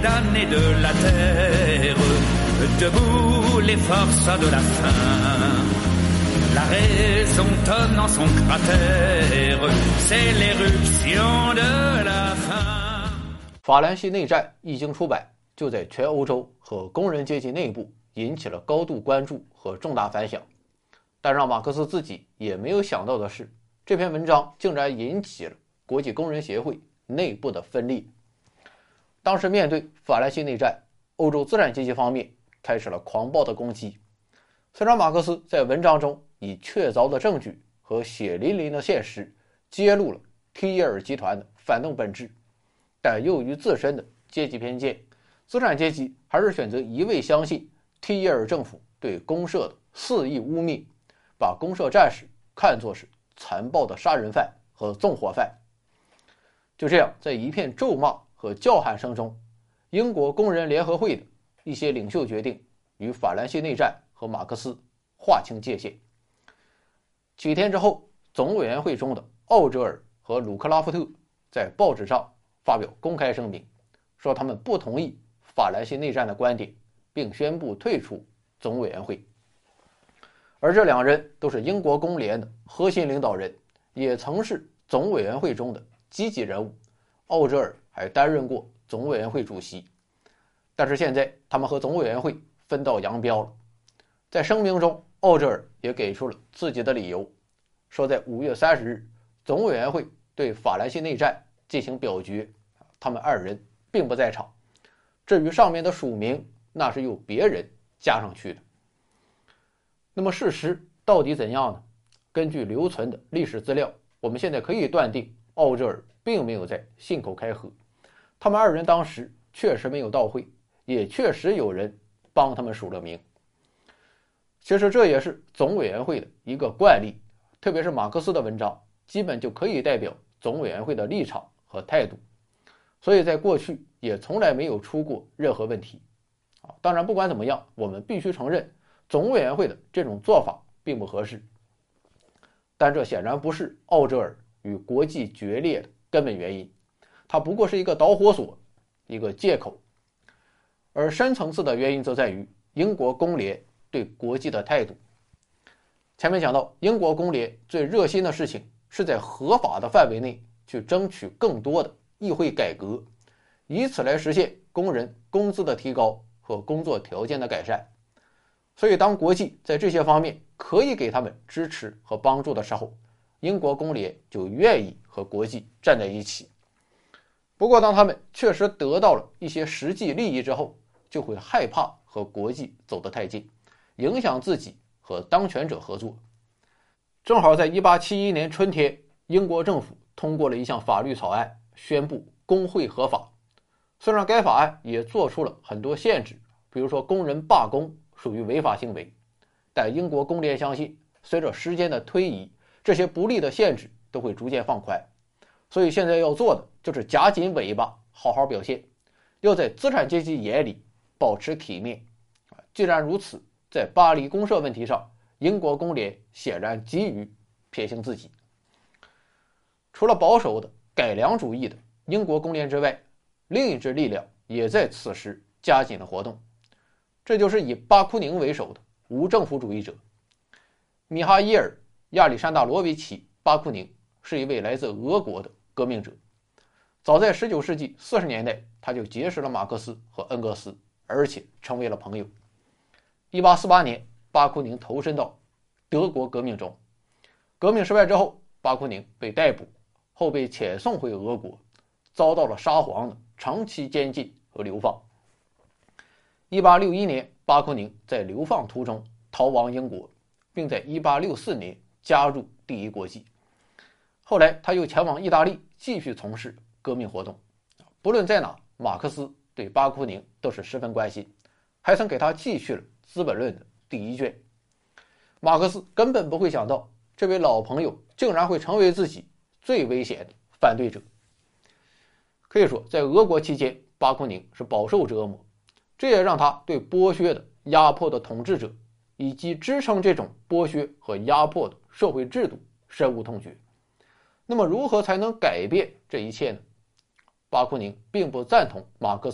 damnés de la terre, debout les forces de la faim. La raison tonne dans son cratère, c'est l'éruption de la faim。 法兰西内战一经出版，就在全欧洲和工人阶级内部引起了高度关注和重大反响。但让马克思自己也没有想到的是，这篇文章竟然引起了国际工人协会内部的分裂。当时面对法兰西内战，欧洲资产阶级方面开始了狂暴的攻击。虽然马克思在文章中以确凿的证据和血淋淋的现实揭露了 T 耶尔集团的反动本质，但由于自身的阶级偏见，资产阶级还是选择一味相信 T 耶尔政府对公社的肆意污蔑，把公社战士看作是残暴的杀人犯和纵火犯。就这样，在一片咒骂和叫喊声中，英国工人联合会的一些领袖决定与法兰西内战和马克思划清界限。几天之后，总委员会中的奥哲尔和鲁克拉夫特在报纸上发表公开声明，说他们不同意法兰西内战的观点，并宣布退出总委员会。而这两人都是英国工联的核心领导人，也曾是总委员会中的积极人物。奥哲尔还担任过总委员会主席，但是现在他们和总委员会分道扬镳了。在声明中，奥哲尔也给出了自己的理由，说在5月30日，总委员会对法兰西内战进行表决，他们二人并不在场。至于上面的署名，那是由别人加上去的。那么事实到底怎样呢？根据留存的历史资料，我们现在可以断定奥哲尔并没有在信口开河，他们二人当时确实没有到会，也确实有人帮他们署了名。其实这也是总委员会的一个惯例，特别是马克思的文章基本就可以代表总委员会的立场和态度，所以在过去也从来没有出过任何问题。当然不管怎么样，我们必须承认总委员会的这种做法并不合适，但这显然不是奥哲尔与国际决裂的根本原因，它不过是一个导火索，一个借口。而深层次的原因则在于英国工联对国际的态度。前面讲到，英国工联最热心的事情是在合法的范围内去争取更多的议会改革，以此来实现工人工资的提高和工作条件的改善。所以当国际在这些方面可以给他们支持和帮助的时候，英国工联就愿意和国际站在一起。不过当他们确实得到了一些实际利益之后，就会害怕和国际走得太近，影响自己和当权者合作。正好在1871年春天，英国政府通过了一项法律草案，宣布工会合法。虽然该法案也做出了很多限制，比如说工人罢工属于违法行为，但英国工联相信，随着时间的推移，这些不利的限制都会逐渐放宽。所以现在要做的就是夹紧尾巴，好好表现，要在资产阶级眼里保持体面。既然如此，在巴黎公社问题上，英国工联显然急于撇清自己。除了保守的改良主义的英国工联之外，另一支力量也在此时加紧了活动，这就是以巴库宁为首的无政府主义者。米哈伊尔·亚历山大罗维奇·巴库宁是一位来自俄国的革命者。早在19世纪40年代，他就结识了马克思和恩格斯，而且成为了朋友。1848年，巴库宁投身到德国革命中。革命失败之后，巴库宁被逮捕，后被遣送回俄国，遭到了沙皇的长期监禁和流放。1861年，巴库宁在流放途中逃亡英国，并在1864年加入第一国际。后来他又前往意大利继续从事革命活动。不论在哪，马克思对巴库宁都是十分关心，还曾给他寄去了《资本论》的第1卷。马克思根本不会想到，这位老朋友竟然会成为自己最危险的反对者。可以说，在俄国期间，巴库宁是饱受折磨，这也让他对剥削的、压迫的统治者以及支撑这种剥削和压迫的社会制度深恶痛绝。那么如何才能改变这一切呢？巴库宁并不赞同马克思的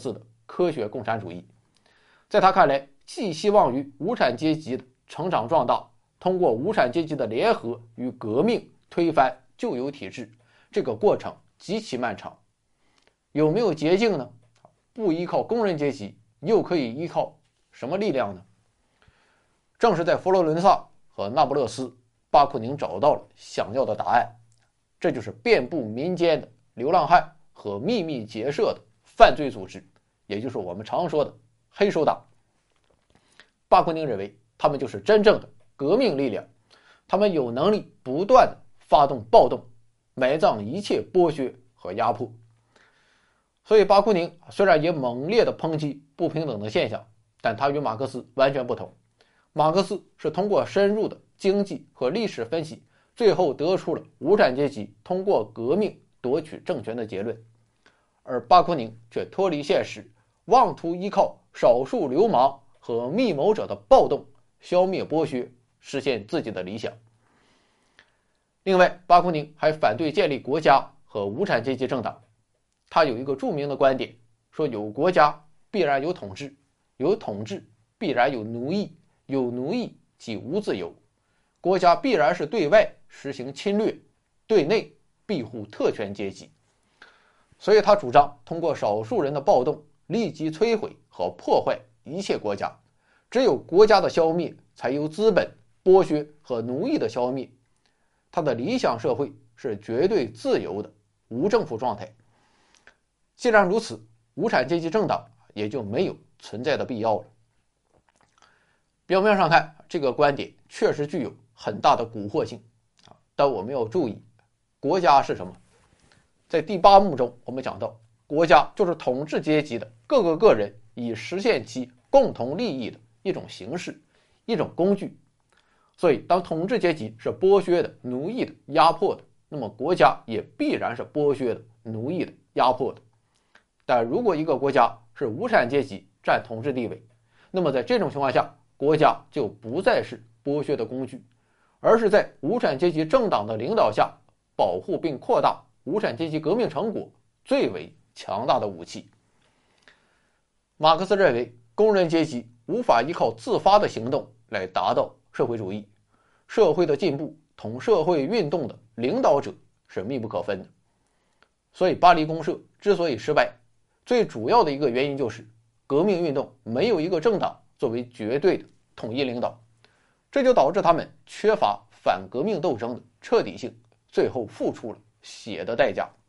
科学共产主义。在他看来，寄希望于无产阶级的成长壮大，通过无产阶级的联合与革命推翻旧有体制，这个过程极其漫长。有没有捷径呢？不依靠工人阶级，又可以依靠什么力量呢？正是在佛罗伦萨和那不勒斯，巴库宁找到了想要的答案，这就是遍布民间的流浪汉和秘密结社的犯罪组织，也就是我们常说的黑手党。巴库宁认为他们就是真正的革命力量，他们有能力不断的发动暴动，埋葬一切剥削和压迫。所以巴库宁虽然也猛烈地抨击不平等的现象，但他与马克思完全不同。马克思是通过深入的经济和历史分析，最后得出了无产阶级通过革命夺取政权的结论，而巴库宁却脱离现实，妄图依靠少数流氓和密谋者的暴动消灭剥削，实现自己的理想。另外，巴库宁还反对建立国家和无产阶级政党。他有一个著名的观点，说有国家必然有统治，有统治必然有奴役，有奴役即无自由。国家必然是对外实行侵略，对内庇护特权阶级。所以他主张通过少数人的暴动立即摧毁和破坏一切国家，只有国家的消灭，才有资本、剥削和奴役的消灭。他的理想社会是绝对自由的无政府状态。既然如此，无产阶级政党也就没有存在的必要了。表面上看，这个观点确实具有很大的蛊惑性，但我们要注意，国家是什么？在第8幕中，我们讲到，国家就是统治阶级的各个个人以实现其共同利益的一种形式，一种工具。所以，当统治阶级是剥削的、奴役的、压迫的，那么国家也必然是剥削的、奴役的、压迫的。但如果一个国家是无产阶级占统治地位，那么在这种情况下，国家就不再是剥削的工具，而是在无产阶级政党的领导下保护并扩大无产阶级革命成果最为强大的武器。马克思认为，工人阶级无法依靠自发的行动来达到社会主义，社会的进步同社会运动的领导者是密不可分的。所以巴黎公社之所以失败，最主要的一个原因就是革命运动没有一个政党作为绝对的统一领导，这就导致他们缺乏反革命斗争的彻底性，最后付出了血的代价。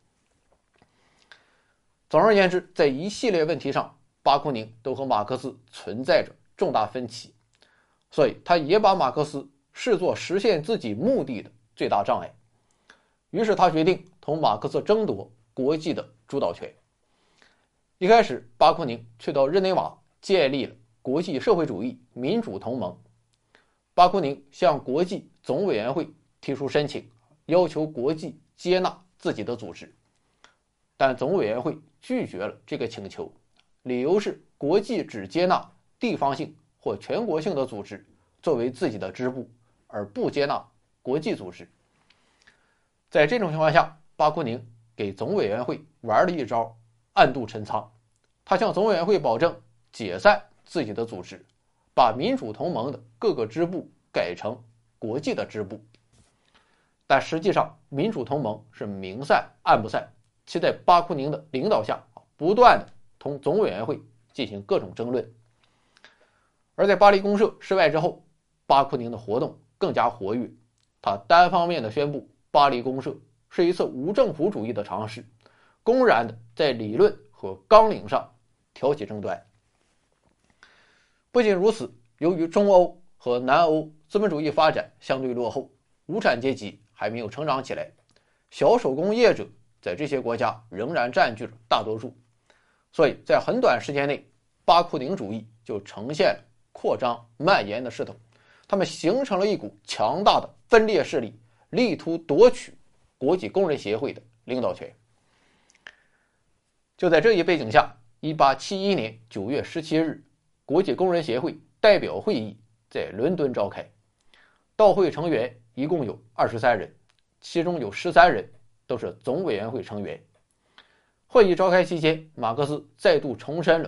总而言之，在一系列问题上，巴库宁都和马克思存在着重大分歧，所以他也把马克思视作实现自己目的的最大障碍。于是他决定同马克思争夺国际的主导权。一开始，巴库宁去到日内瓦建立了国际社会主义民主同盟。巴库宁向国际总委员会提出申请，要求国际接纳自己的组织，但总委员会拒绝了这个请求，理由是国际只接纳地方性或全国性的组织作为自己的支部，而不接纳国际组织。在这种情况下，巴库宁给总委员会玩了一招暗度陈仓，他向总委员会保证解散自己的组织，把民主同盟的各个支部改成国际的支部。但实际上，民主同盟是明散暗不散，其在巴库宁的领导下不断的同总委员会进行各种争论。而在巴黎公社失败之后，巴库宁的活动更加活跃，他单方面的宣布巴黎公社是一次无政府主义的尝试，公然的在理论和纲领上挑起争端。不仅如此，由于中欧和南欧资本主义发展相对落后，无产阶级还没有成长起来，小手工业者在这些国家仍然占据着大多数，所以在很短时间内，巴库宁主义就呈现了扩张蔓延的势头，他们形成了一股强大的分裂势力，力图夺取国际工人协会的领导权。就在这一背景下，1871年9月17日，国际工人协会代表会议在伦敦召开，到会成员一共有23人，其中有13人都是总委员会成员。会议召开期间，马克思再度重申了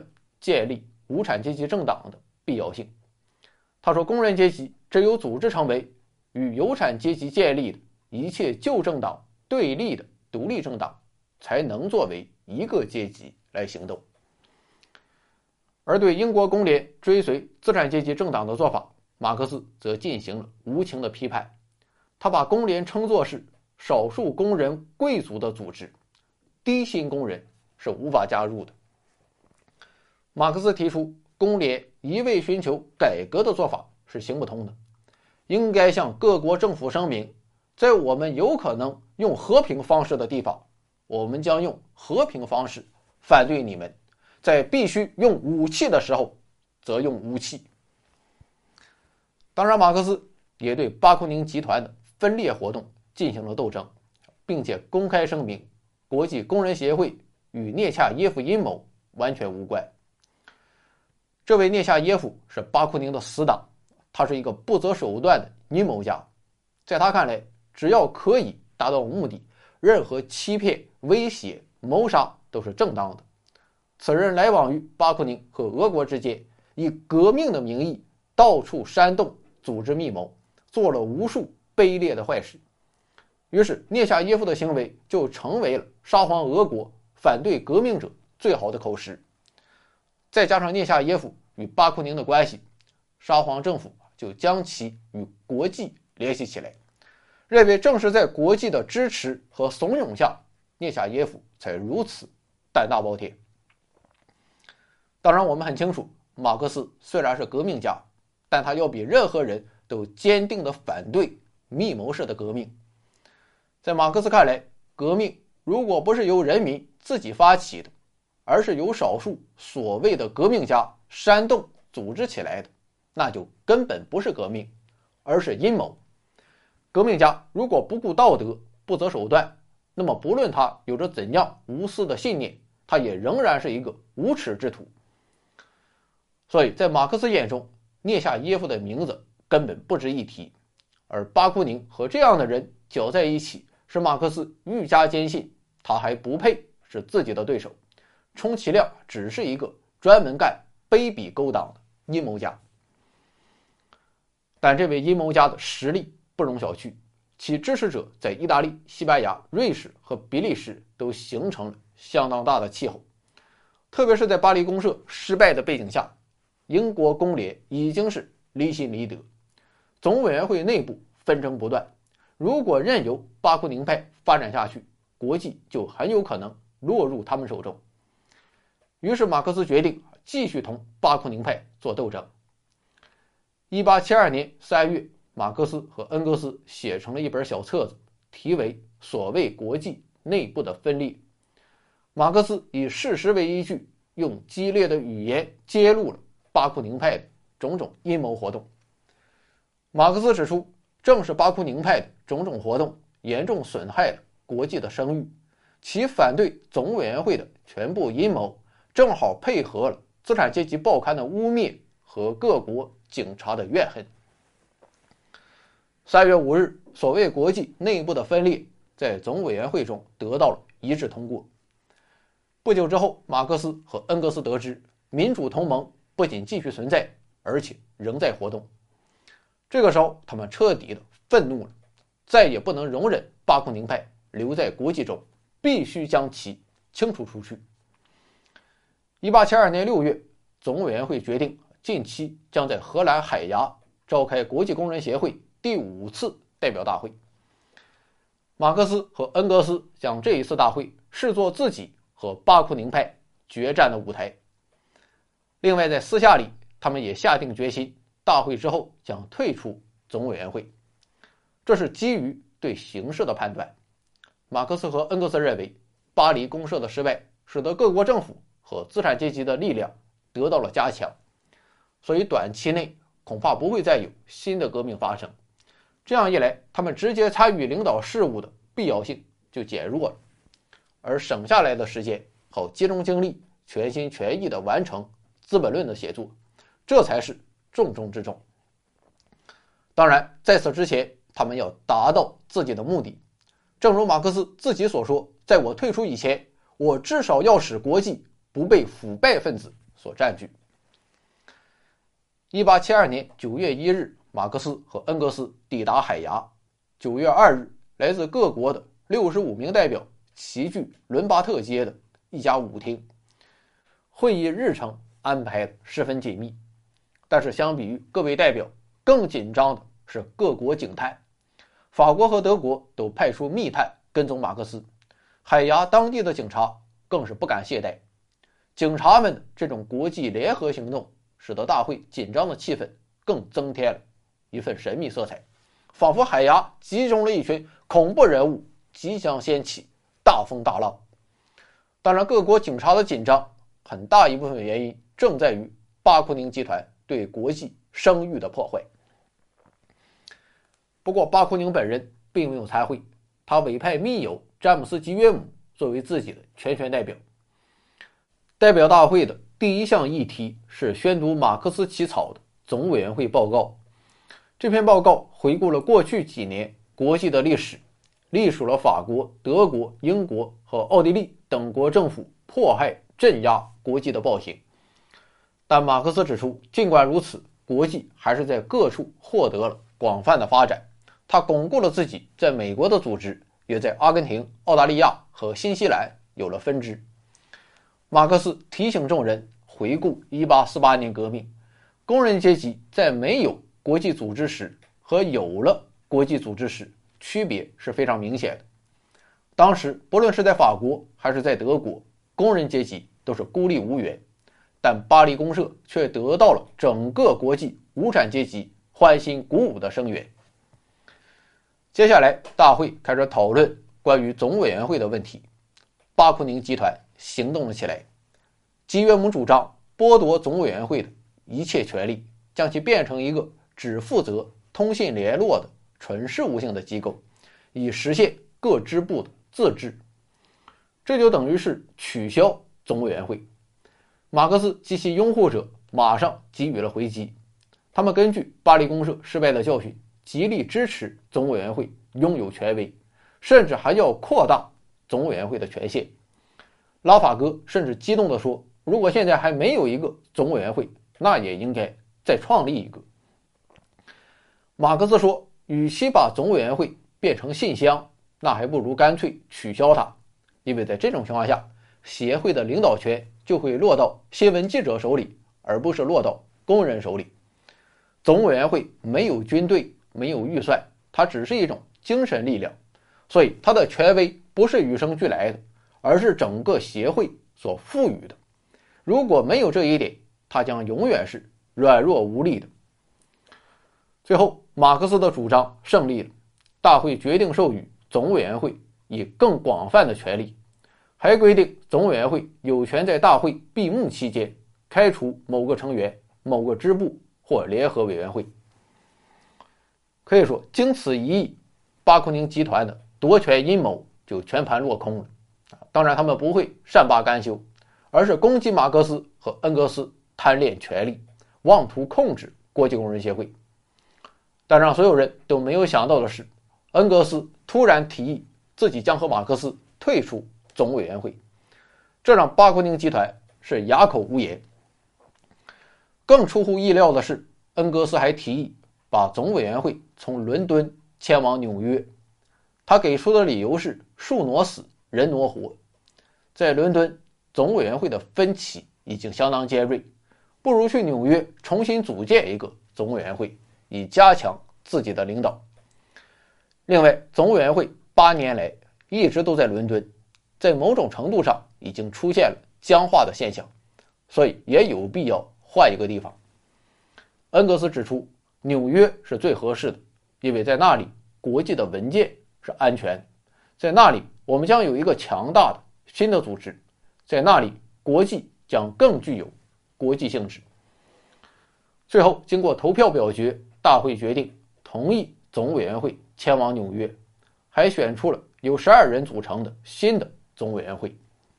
建立无产阶级政党的必要性。他说，工人阶级只有组织成为与有产阶级建立的一切旧政党对立的独立政党，才能作为一个阶级来行动。而对英国工联追随资产阶级政党的做法，马克思则进行了无情的批判。他把工联称作是少数工人贵族的组织，低薪工人是无法加入的。马克思提出，工联一味寻求改革的做法是行不通的，应该向各国政府声明，在我们有可能用和平方式的地方，我们将用和平方式反对你们，在必须用武器的时候则用武器。当然，马克思也对巴库宁集团的分裂活动进行了斗争，并且公开声明，国际工人协会与涅恰耶夫阴谋完全无关。这位涅恰耶夫是巴库宁的死党，他是一个不择手段的阴谋家。在他看来，只要可以达到目的，任何欺骗、威胁、谋杀都是正当的。此人来往于巴库宁和俄国之间，以革命的名义到处煽动、组织密谋，做了无数卑劣的坏事。于是涅夏耶夫的行为就成为了沙皇俄国反对革命者最好的口实。再加上涅夏耶夫与巴库宁的关系，沙皇政府就将其与国际联系起来，认为正是在国际的支持和怂恿下，涅夏耶夫才如此胆大包天。当然，我们很清楚，马克思虽然是革命家，但他要比任何人都坚定地反对密谋式的革命。在马克思看来，革命如果不是由人民自己发起的，而是由少数所谓的革命家煽动组织起来的，那就根本不是革命，而是阴谋。革命家如果不顾道德，不择手段，那么不论他有着怎样无私的信念，他也仍然是一个无耻之徒。所以在马克思眼中，涅夏耶夫的名字根本不值一提，而巴库宁和这样的人搅在一起，使马克思愈加坚信他还不配是自己的对手，充其量只是一个专门干卑鄙勾当的阴谋家。但这位阴谋家的实力不容小觑，其支持者在意大利、西班牙、瑞士和比利时都形成了相当大的气候。特别是在巴黎公社失败的背景下，英国工联已经是离心离德，总委员会内部纷争不断。如果任由巴库宁派发展下去，国际就很有可能落入他们手中。于是马克思决定继续同巴库宁派做斗争。1872年3月，马克思和恩格斯写成了一本小册子，题为《所谓国际内部的分裂》。马克思以事实为依据，用激烈的语言揭露了巴库宁派的种种阴谋活动。马克思指出，正是巴库宁派的种种活动严重损害了国际的声誉，其反对总委员会的全部阴谋正好配合了资产阶级报刊的污蔑和各国警察的怨恨。3月5日，所谓国际内部的分裂在总委员会中得到了一致通过。不久之后，马克思和恩格斯得知民主同盟不仅继续存在，而且仍在活动。这个时候，他们彻底的愤怒了，再也不能容忍巴库宁派留在国际中，必须将其清除出去。1872年6月，总委员会决定近期将在荷兰海牙召开国际工人协会第5次代表大会。马克思和恩格斯将这一次大会视作自己和巴库宁派决战的舞台。另外，在私下里，他们也下定决心，大会之后将退出总委员会。这是基于对形势的判断。马克思和恩格斯认为，巴黎公社的失败使得各国政府和资产阶级的力量得到了加强，所以短期内恐怕不会再有新的革命发生。这样一来，他们直接参与领导事务的必要性就减弱了，而省下来的时间好集中精力，全心全意地完成《资本论》的写作，这才是重中之重。当然，在此之前，他们要达到自己的目的。正如马克思自己所说，在我退出以前，我至少要使国际不被腐败分子所占据。1872年9月1日，马克思和恩格斯抵达海牙。9月2日，来自各国的65名代表齐聚伦巴特街的一家舞厅。会议日程安排得十分紧密，但是相比于各位代表，更紧张的是各国警探。法国和德国都派出密探跟踪马克思，海牙当地的警察更是不敢懈怠。警察们的这种国际联合行动，使得大会紧张的气氛更增添了一份神秘色彩，仿佛海牙集中了一群恐怖人物，即将掀起大风大浪。当然，各国警察的紧张很大一部分原因正在于巴库宁集团对国际声誉的破坏。不过巴库宁本人并没有参会，他委派密友詹姆斯·吉约姆作为自己的全权代表。代表大会的第一项议题是宣读马克思起草的总委员会报告。这篇报告回顾了过去几年国际的历史，隶属了法国、德国、英国和奥地利等国政府迫害镇压国际的暴行。但马克思指出，尽管如此，国际还是在各处获得了广泛的发展。他巩固了自己在美国的组织，也在阿根廷、澳大利亚和新西兰有了分支。马克思提醒众人回顾1848年革命，工人阶级在没有国际组织时和有了国际组织时区别是非常明显的。当时不论是在法国还是在德国，工人阶级都是孤立无援，但巴黎公社却得到了整个国际无产阶级欢欣鼓舞的声援。接下来大会开始讨论关于总委员会的问题，巴库宁集团行动了起来。吉约姆主张剥夺总委员会的一切权利，将其变成一个只负责通信联络的纯事务性的机构，以实现各支部的自治。这就等于是取消总委员会。马克思及其拥护者马上给予了回击，他们根据巴黎公社失败的教训，极力支持总委员会拥有权威，甚至还要扩大总委员会的权限。拉法戈甚至激动地说，如果现在还没有一个总委员会，那也应该再创立一个。马克思说，与其把总委员会变成信箱，那还不如干脆取消它，因为在这种情况下，协会的领导权就会落到新闻记者手里，而不是落到工人手里。总委员会没有军队，没有预算，它只是一种精神力量，所以它的权威不是与生俱来的，而是整个协会所赋予的。如果没有这一点，它将永远是软弱无力的。最后，马克思的主张胜利了，大会决定授予总委员会以更广泛的权利，还规定总委员会有权在大会闭幕期间开除某个成员、某个支部或联合委员会。可以说，经此一役，巴库宁集团的夺权阴谋就全盘落空了。当然，他们不会善罢甘休，而是攻击马克思和恩格斯贪恋权力，妄图控制国际工人协会。但让所有人都没有想到的是，恩格斯突然提议自己将和马克思退出总委员会，这让巴库宁集团是哑口无言。更出乎意料的是，恩格斯还提议把总委员会从伦敦迁往纽约，他给出的理由是树挪死，人挪活。在伦敦，总委员会的分歧已经相当尖锐，不如去纽约重新组建一个总委员会，以加强自己的领导。另外，总委员会8年来一直都在伦敦，在某种程度上已经出现了僵化的现象，所以也有必要换一个地方。恩格斯指出，纽约是最合适的，因为在那里国际的文件是安全的，在那里我们将有一个强大的新的组织，在那里国际将更具有国际性质。最后经过投票表决，大会决定同意总委员会迁往纽约，还选出了由12人组成的新的总委员会。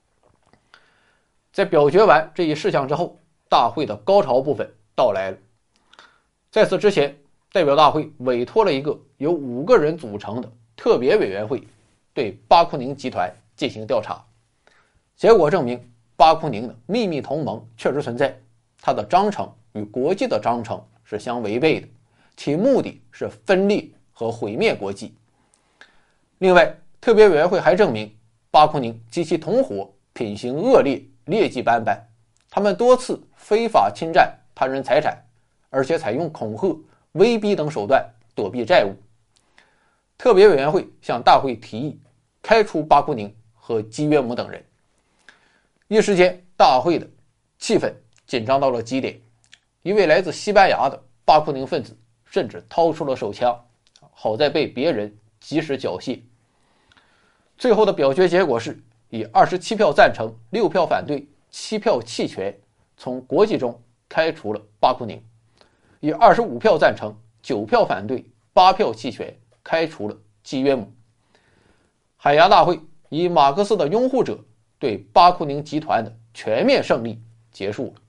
在表决完这一事项之后，大会的高潮部分到来了。在此之前，代表大会委托了一个由5个人组成的特别委员会对巴库宁集团进行调查。结果证明，巴库宁的秘密同盟确实存在， 它的章程与国际的章程是相违背的，其目的是分裂和毁灭国际。另外，特别委员会还证明巴库宁及其同伙品行恶劣，劣迹斑斑，他们多次非法侵占他人财产，而且采用恐吓、威逼等手段躲避债务。特别委员会向大会提议开除巴库宁和基约姆等人。一时间，大会的气氛紧张到了极点。一位来自西班牙的巴库宁分子甚至掏出了手枪，好在被别人及时缴械。最后的表决结果是以27票赞成、6票反对、7票弃权，从国际中开除了巴库宁；以25票赞成、9票反对、8票弃权，开除了基约姆。海牙大会以马克思的拥护者对巴库宁集团的全面胜利结束了。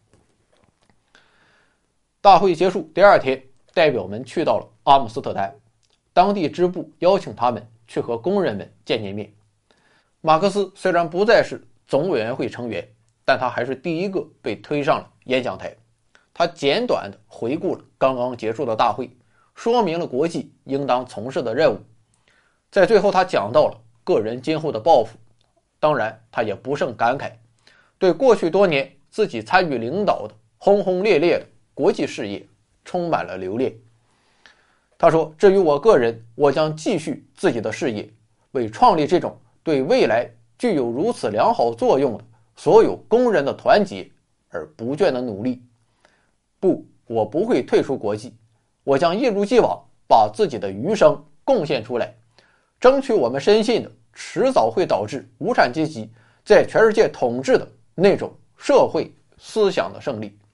大会结束第二天，代表们去到了阿姆斯特丹，当地支部邀请他们去和工人们见面。马克思虽然不再是总委员会成员，但他还是第一个被推上了演讲台。他简短地回顾了刚刚结束的大会，说明了国际应当从事的任务。在最后，他讲到了个人今后的抱负，当然他也不胜感慨，对过去多年自己参与领导的轰轰烈烈的国际事业充满了留恋。他说，至于我个人，我将继续自己的事业，为创立这种对未来具有如此良好作用的所有工人的团结而不倦的努力。不，我不会退出国际，我将一如既往把自己的余生贡献出来，争取我们深信的迟早会导致无产阶级在全世界统治的那种社会思想的胜利。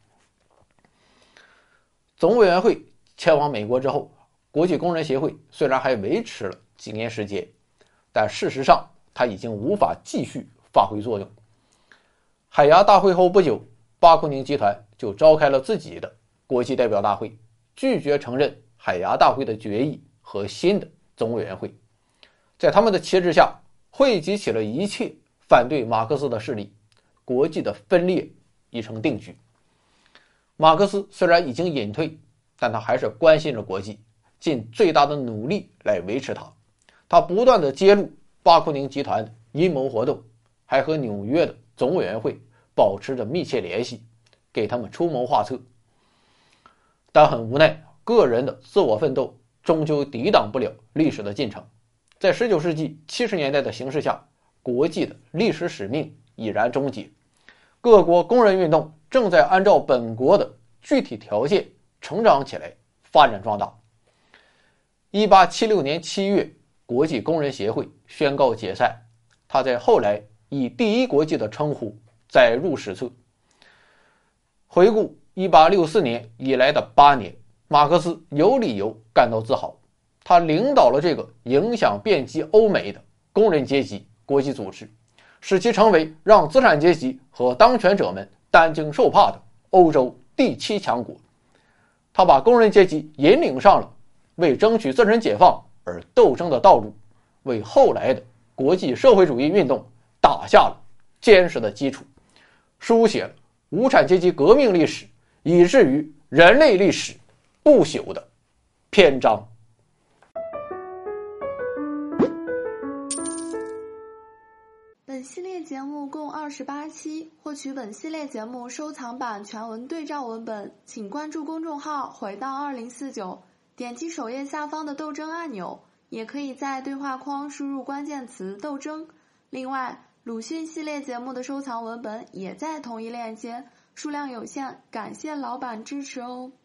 总委员会迁往美国之后，国际工人协会虽然还维持了几年时间，但事实上它已经无法继续发挥作用。海牙大会后不久，巴库宁集团就召开了自己的国际代表大会，拒绝承认海牙大会的决议和新的总委员会。在他们的旗帜下，汇集起了一切反对马克思的势力，国际的分裂已成定局。马克思虽然已经隐退，但他还是关心着国际，尽最大的努力来维持它。他不断地揭露巴库宁集团的阴谋活动，还和纽约的总委员会保持着密切联系，给他们出谋划策。但很无奈，个人的自我奋斗终究抵挡不了历史的进程。在19世纪70年代的形势下，国际的历史使命已然终结，各国工人运动正在按照本国的具体条件成长起来，发展壮大。1876年7月，国际工人协会宣告解散，他在后来以第一国际的称呼载入史册。回顾1864年以来的8年，马克思有理由感到自豪，他领导了这个影响遍及欧美的工人阶级国际组织，使其成为让资产阶级和当权者们担惊受怕的欧洲第7强国。他把工人阶级引领上了为争取自身解放而斗争的道路，为后来的国际社会主义运动打下了坚实的基础，书写了无产阶级革命历史以至于人类历史不朽的篇章。 本系列节目共28期，获取本系列节目收藏版全文对照文本，请关注公众号回到2049，点击首页下方的斗争按钮，也可以在对话框输入关键词斗争。另外，鲁迅系列节目的收藏文本也在同一链接，数量有限，感谢老板支持哦。